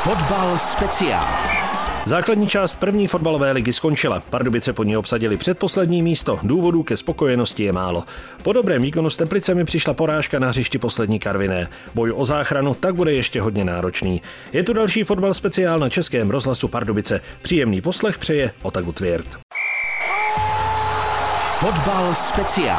Fotbal speciál. Základní část první fotbalové ligy skončila. Pardubice pod ní obsadili předposlední místo. Důvodů ke spokojenosti je málo. Po dobrém výkonu s Teplicemi přišla porážka na hřišti poslední Karviné. Boj o záchranu tak bude ještě hodně náročný. Je tu další fotbal speciál na Českém rozhlasu Pardubice. Příjemný poslech přeje Otaku Tvěrt. Fotbal speciál.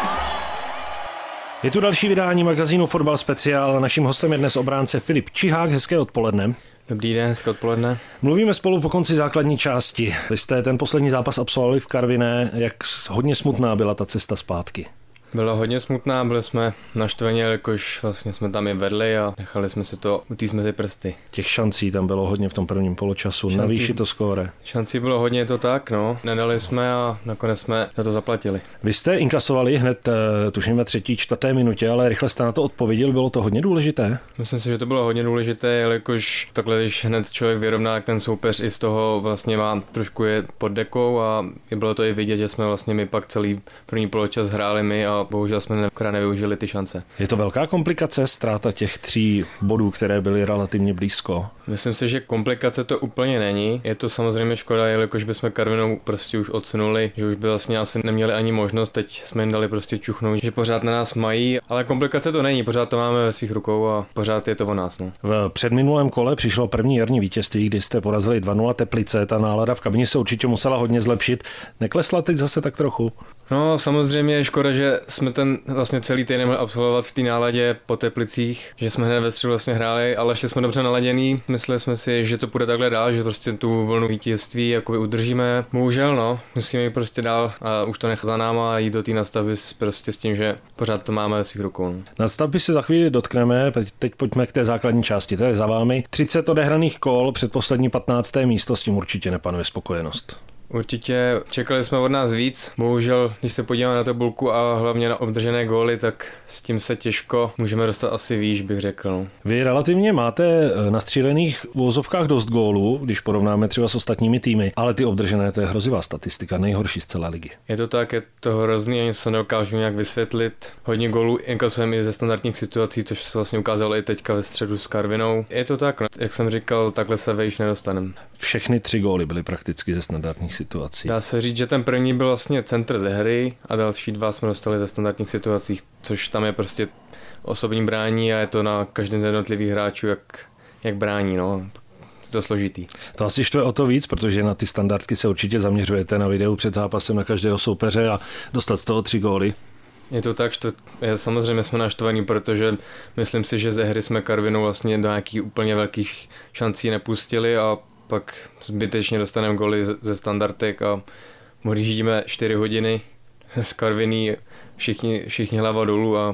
Je tu další vydání magazínu Fotbal speciál. Naším hostem je dnes obránce Filip Čihák. Hezké odpoledne. Dobrý den, hezké odpoledne. Mluvíme spolu po konci základní části. Vy jste ten poslední zápas absolvovali v Karviné. Jak hodně smutná byla ta cesta zpátky? Byla hodně smutná, byli jsme naštvaní, jakož vlastně jsme tam je vedli a nechali jsme si to utíct mezi prsty. Těch šancí tam bylo hodně v tom prvním poločasu, navýšit to skóre. Šancí bylo hodně, to tak, no. Nedali jsme a nakonec jsme za to zaplatili. Vy jste inkasovali hned, tuším ve 3., 4. minutě, ale rychle jste na to odpověděl, bylo to hodně důležité? Myslím si, že to bylo hodně důležité, jelikož takhle, když hned člověk vyrovná, jak ten soupeř i z toho vlastně má trošku je pod dekou a bylo to i vidět, že jsme vlastně my pak celý první poločas hráli my a bohužel jsme nevyužili ty šance. Je to velká komplikace, ztráta těch 3 bodů, které byly relativně blízko? Myslím si, že komplikace to úplně není. Je to samozřejmě škoda, jelikož bychom Karvinou prostě už odsunuli, že už by vlastně asi neměli ani možnost, teď jsme jim dali prostě čuchnout, že pořád na nás mají, ale komplikace to není, pořád to máme ve svých rukou a pořád je to o nás. No. V předminulém kole přišlo první jarní vítězství, kdy jste porazili 2-0 Teplice, ta nálada v kabině se určitě musela hodně zlepšit. Neklesla teď zase tak trochu? No, samozřejmě je škoda, že jsme ten vlastně celý týden mohli absolvovat v té náladě po Teplicích, že jsme hned ve středu vlastně hráli, ale ještě jsme dobře naladění. Mysleli jsme si, že to půjde takhle dál, že prostě tu vlnu vítězství jakoby udržíme. Bohužel, no, musíme jít prostě dál a už to nechat za náma a jít do té nastavby prostě s tím, že pořád to máme ve svých rukou. No. Nastavby se za chvíli dotkneme, teď pojďme k té základní části, to je za vámi. 30 odehraných kol, předposlední 15. místo, s tím určitě nepanuje spokojenost. Určitě čekali jsme od nás víc, bohužel, když se podíváme na tabulku a hlavně na obdržené góly, tak s tím se těžko můžeme dostat asi výš, bych řekl. No. Vy relativně máte na střílených v uvozovkách dost gólů, když porovnáme třeba s ostatními týmy, ale ty obdržené, to je hrozivá statistika, nejhorší z celé ligy. Je to tak, je to hrozný, ani se nedokážu nějak vysvětlit. Hodně gólů inkasujeme i ze standardních situací, což se vlastně ukázalo i teďka ve středu s Karvinou. Je to tak, no. Jak jsem říkal, takhle se vejš nedostaneme. Všechny 3 góly byly prakticky ze standardních situací. Dá se říct, že ten první byl vlastně centr ze hry a další 2 jsme dostali ze standardních situacích, což tam je prostě osobní brání a je to na každém z jednotlivých hráčů, jak brání, no. Je to složitý. To asi štve o to víc, protože na ty standardky se určitě zaměřujete na videu před zápasem na každého soupeře a dostat z toho 3 góly. Je to tak, samozřejmě jsme naštvaní, protože myslím si, že ze hry jsme Karvinou vlastně do nějakých úplně velkých šancí nepustili a pak zbytečně dostaneme góly ze standardek a odjíždíme 4 hodiny z Karviní, všichni hlava dolů a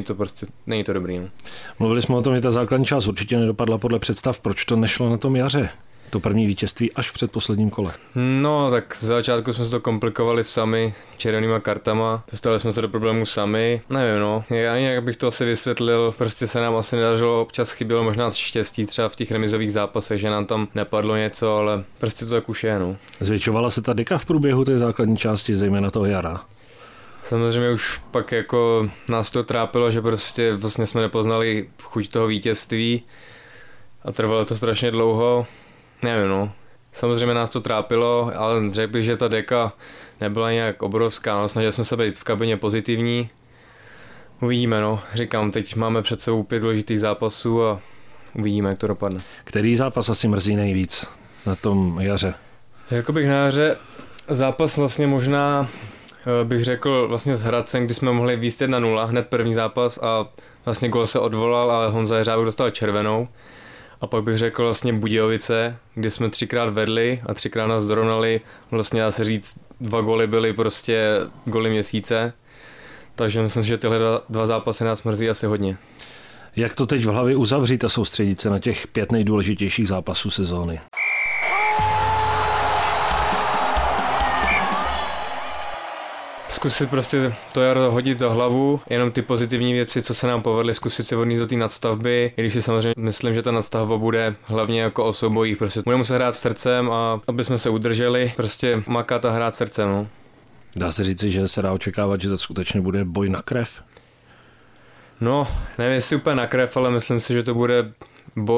není to dobrý. No. Mluvili jsme o tom, že ta základní část určitě nedopadla podle představ, proč to nešlo na tom jaře? To první vítězství až v předposledním kole. No, tak z začátku jsme se to komplikovali sami červenýma kartama. Dostali jsme se do problémů sami. Nevím, no. Jak bych to asi vysvětlil, prostě se nám asi nedařilo, občas chybělo možná štěstí třeba v těch remizových zápasech, že nám tam nepadlo něco, ale prostě to tak už je, no. Zvětšovala se ta deka v průběhu té základní části, zejména toho jara? Samozřejmě už pak jako nás to trápilo, že prostě vlastně jsme nepoznali chuť toho vítězství a trvalo to strašně dlouho. Nevím, no. Samozřejmě nás to trápilo, ale řekl bych, že ta deka nebyla nějak obrovská. No, snažili jsme se být v kabině pozitivní. Uvidíme, no. Říkám, teď máme před sebou 5 důležitých zápasů a uvidíme, jak to dopadne. Který zápas asi mrzí nejvíc na tom jaře? Jako bych na jaře zápas vlastně možná bych řekl vlastně s Hradcem, kdy jsme mohli výjít 1-0, hned první zápas a vlastně gól se odvolal a Honza Jeřábek dostal červenou. A pak bych řekl vlastně Budějovice, kdy jsme 3krát vedli a 3krát nás dorovnali. Vlastně dá se říct, 2 góly byly prostě góly měsíce. Takže myslím, že tyhle 2 zápasy nás mrzí asi hodně. Jak to teď v hlavě uzavřít a soustředit se na těch 5 nejdůležitějších zápasů sezóny? Zkusit prostě to jaro hodit za hlavu, jenom ty pozitivní věci, co se nám povedly, zkusit se odníst do té nadstavby, i když si samozřejmě myslím, že ta nadstavba bude hlavně jako o soubojích, prostě budeme muset hrát srdcem a aby jsme se udrželi, prostě makat a hrát srdcem. No. Dá se říct, že se dá očekávat, že to skutečně bude boj na krev? No, nevím jestli úplně na krev, ale myslím si, že to bude boj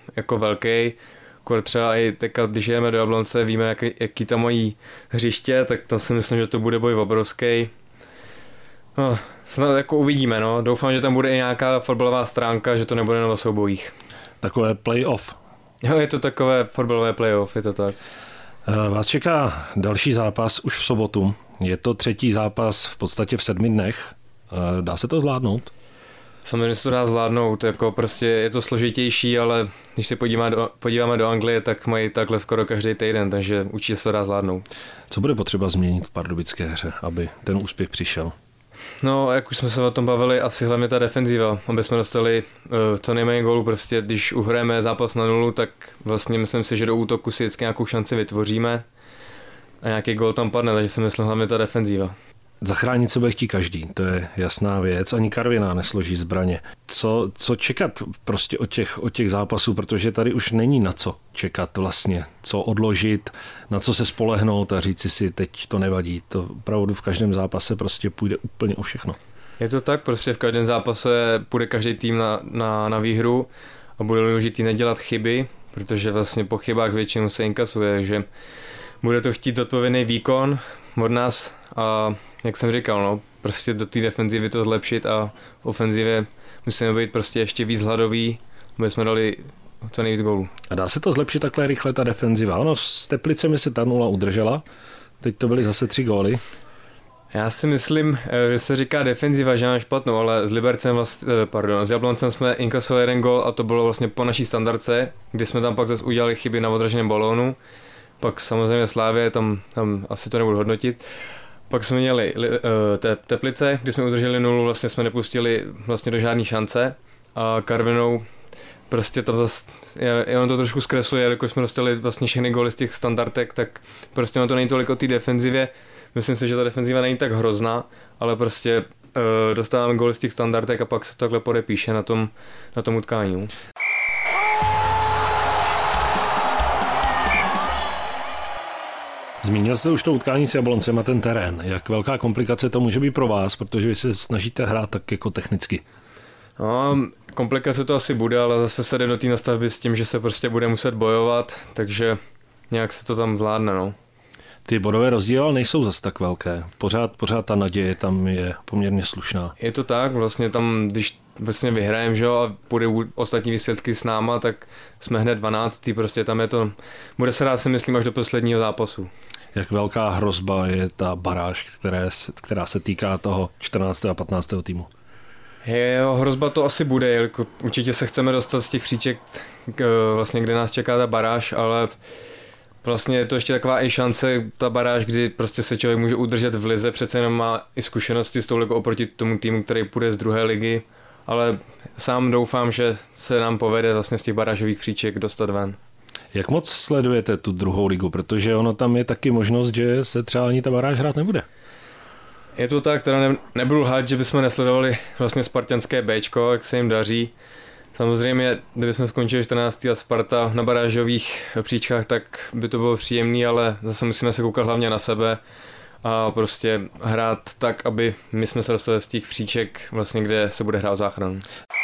jako velký. Třeba i teďka, když jdeme do Jablonce, víme, jaký tam mají hřiště, tak tam si myslím, že to bude boj obrovský. No, snad jako uvidíme, no. Doufám, že tam bude i nějaká fotbalová stránka, že to nebude jenom o soubojích. Takové play-off. Jo, je to takové fotbalové play-off, je to tak. Vás čeká další zápas už v sobotu. Je to 3. zápas v podstatě v 7 dnech. Dá se to zvládnout? Samozřejmě se to dá zvládnout, jako prostě je to složitější, ale když se podíváme do Anglie, tak mají takhle skoro každý týden, takže určitě se to dá zvládnout. Co bude potřeba změnit v pardubické hře, aby ten úspěch přišel? No, jak už jsme se o tom bavili, asi hlavně ta defenziva, aby jsme dostali co nejméně gólů, prostě když uhrajeme zápas na 0, tak vlastně myslím si, že do útoku si vždycky nějakou šanci vytvoříme a nějaký gól tam padne, takže si myslím hlavně ta defenziva. Zachránit se bude chtít každý, to je jasná věc, ani Karviná nesloží zbraně. Co čekat prostě od těch zápasů, protože tady už není na co čekat vlastně, co odložit, na co se spolehnout a říci si, teď to nevadí, to opravdu v každém zápase prostě půjde úplně o všechno. Je to tak, prostě v každém zápase půjde každý tým na výhru a bude důležitý nedělat chyby, protože vlastně po chybách většinou se inkasuje, že bude to chtít zodpovědný výkon od nás a jak jsem říkal, no, prostě do té defenzivy to zlepšit a v ofenzivě musíme být prostě ještě víc hladoví, aby jsme dali co nejvíc gólů. A dá se to zlepšit takhle rychle, ta defenziva? Ano, s Teplicemi se ta 0 udržela, teď to byly zase 3 góly. Já si myslím, že se říká defenziva, že mám špatnou, ale s Jabloncem jsme inkasovali 1 gól a to bylo vlastně po naší standardce, kdy jsme tam pak zase udělali chyby na odraženém balónu. Pak samozřejmě Slávě, tam asi to nebudu hodnotit. Pak jsme měli Teplice, kdy jsme udrželi 0, vlastně jsme nepustili vlastně do žádné šance a Karvinou prostě tam zase, on to trošku zkresluje, jelikož jsme dostali vlastně všechny góly z těch standardek, tak prostě to není tolik o té defenzivě. Myslím si, že ta defenziva není tak hrozná, ale prostě dostáváme góly z těch standardek a pak se to takhle podepíše na tom utkání. Zmínil jste už to utkání s Jabloncem a ten terén. Jak velká komplikace to může být pro vás, protože vy se snažíte hrát tak jako technicky? No, komplikace to asi bude, ale zase se jde do té nastavby s tím, že se prostě bude muset bojovat, takže nějak se to tam zvládne, no. Ty bodové rozdíly nejsou zas tak velké. Pořád ta naděje tam je poměrně slušná. Je to tak, vlastně tam, když vlastně vyhrajeme, že jo, a půjde ostatní výsledky s náma, tak jsme hned 12. Prostě tam je to, bude se dát si myslím až do posledního zápasu. Jak velká hrozba je ta baráž, která se týká toho 14. a 15. týmu? Jo, hrozba to asi bude, jelikož určitě se chceme dostat z těch příček, vlastně, kde nás čeká ta baráž, ale vlastně je to ještě taková i šance, ta baráž, kdy prostě se člověk může udržet v lize, přece jenom má i zkušenosti s tou ligou oproti tomu týmu, který půjde z druhé ligy, ale sám doufám, že se nám povede vlastně z těch barážových příček dostat ven. Jak moc sledujete tu druhou ligu, protože ono tam je taky možnost, že se třeba ani ta baráž hrát nebude? Je to tak, teda nebudu lhát, že bychom nesledovali vlastně spartanské Bčko, jak se jim daří. Samozřejmě, kdybychom skončili 14. a Sparta na barážových příčkách, tak by to bylo příjemný, ale zase musíme se koukat hlavně na sebe a prostě hrát tak, aby my jsme se dostali z těch příček, vlastně, kde se bude hrát o záchranu.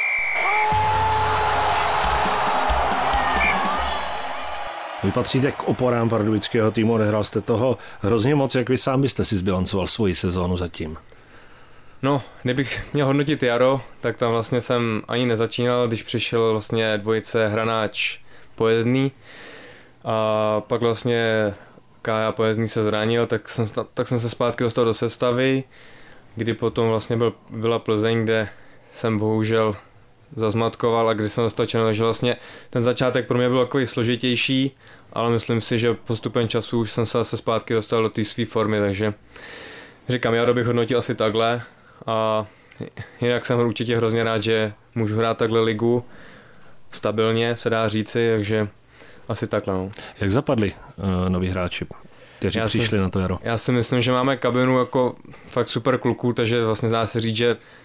Vy patříte k oporám pardubického týmu, odehrál jste toho hrozně moc, jak vy sám byste si zbilancoval svoji sezónu zatím? No, kdybych měl hodnotit jaro, tak tam vlastně jsem ani nezačínal, když přišel vlastně dvojice Hranáč Pojezdný a pak vlastně Kája Pojezdný se zranil, tak jsem se zpátky dostal do sestavy, kdy potom vlastně byla Plzeň, kde jsem bohužel zazmatkoval a kdy jsem dostal čeno, takže vlastně ten začátek pro mě byl takový složitější, ale myslím si, že postupem času už jsem se zase zpátky dostal do té své formy, takže říkám, jaro bych hodnotil asi takhle a jinak jsem určitě hrozně rád, že můžu hrát takhle ligu stabilně, se dá říci, takže asi takhle. No. Jak zapadli noví hráči, kteří přišli na to jaro? Já si myslím, že máme kabinu jako fakt super kluků, takže vlastně dá se říct, že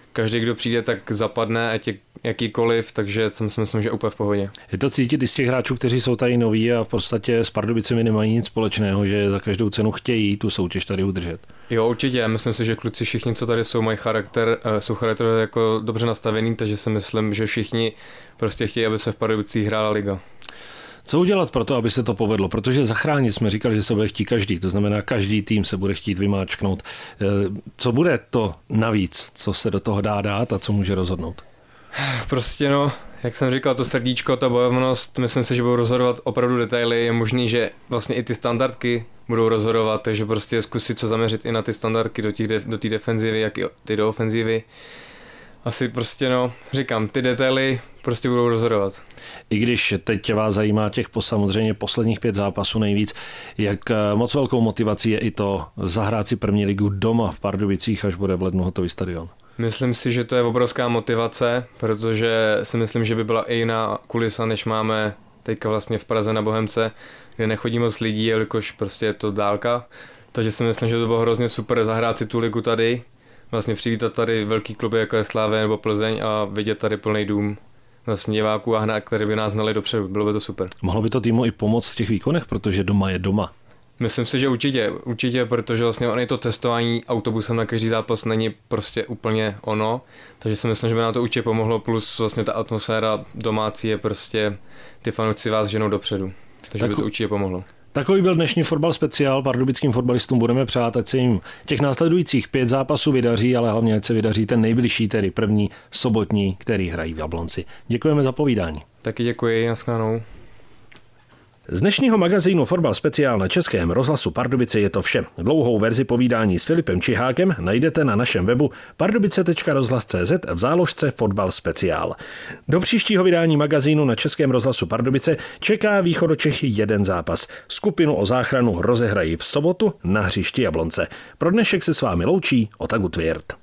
každý, kdo přijde, tak zapadne, ať je jakýkoliv, takže si myslím, že je úplně v pohodě. Je to cítit i z těch hráčů, kteří jsou tady noví a v podstatě s Pardubicemi nemají nic společného, že za každou cenu chtějí tu soutěž tady udržet. Jo, určitě. Myslím si, že kluci všichni, co tady jsou, mají jsou charakter jako dobře nastavený, takže si myslím, že všichni prostě chtějí, aby se v Pardubicích hrála liga. Co udělat pro to, aby se to povedlo? Protože zachránit jsme říkali, že se bude chtít každý, to znamená každý tým se bude chtít vymáčknout. Co bude to navíc, co se do toho dá dát a co může rozhodnout? Prostě jak jsem říkal, to srdíčko, ta bojovnost, myslím si, že budou rozhodovat opravdu detaily, je možný, že vlastně i ty standardky budou rozhodovat, takže prostě zkusit se zaměřit i na ty standardky do té defenzivy, jak i ty do ofenzivy. Asi prostě říkám, ty detaily prostě budou rozhodovat. I když teď vás zajímá těch samozřejmě posledních 5 zápasů nejvíc, jak moc velkou motivací je i to zahrát si první ligu doma v Pardubicích, až bude v lednu hotový stadion? Myslím si, že to je obrovská motivace, protože si myslím, že by byla i jiná kulisa, než máme teďka vlastně v Praze na Bohemce, kde nechodí moc lidí, jelikož prostě je to dálka. Takže si myslím, že to bylo hrozně super zahrát si tu ligu tady, vlastně přivítat tady velký kluby, jako je Slavia nebo Plzeň a vidět tady plný dům vlastně diváků a hned, který by nás znali dopředu. Bylo by to super. Mohlo by to týmu i pomoct v těch výkonech, protože doma je doma. Myslím si, že určitě, protože vlastně on i to testování autobusem na každý zápas není prostě úplně ono, takže si myslím, že by nám to určitě pomohlo, plus vlastně ta atmosféra domácí je prostě, ty fanoušci vás ženou dopředu, takže by to určitě pomohlo. Takový byl dnešní fotbal speciál. Pardubickým fotbalistům budeme přát, ať se jim těch následujících 5 zápasů vydaří, ale hlavně ať se vydaří ten nejbližší, tedy první sobotní, který hrají v Jablonci. Děkujeme za povídání. Taky děkuji, nashledanou. Z dnešního magazínu Fotbal speciál na Českém rozhlasu Pardubice je to vše. Dlouhou verzi povídání s Filipem Čihákem najdete na našem webu pardubice.rozhlas.cz v záložce Fotbal speciál. Do příštího vydání magazínu na Českém rozhlasu Pardubice čeká Východočechy jeden zápas. Skupinu o záchranu rozehrají v sobotu na hřišti Jablonce. Pro dnešek se s vámi loučí Ota Gutwirth.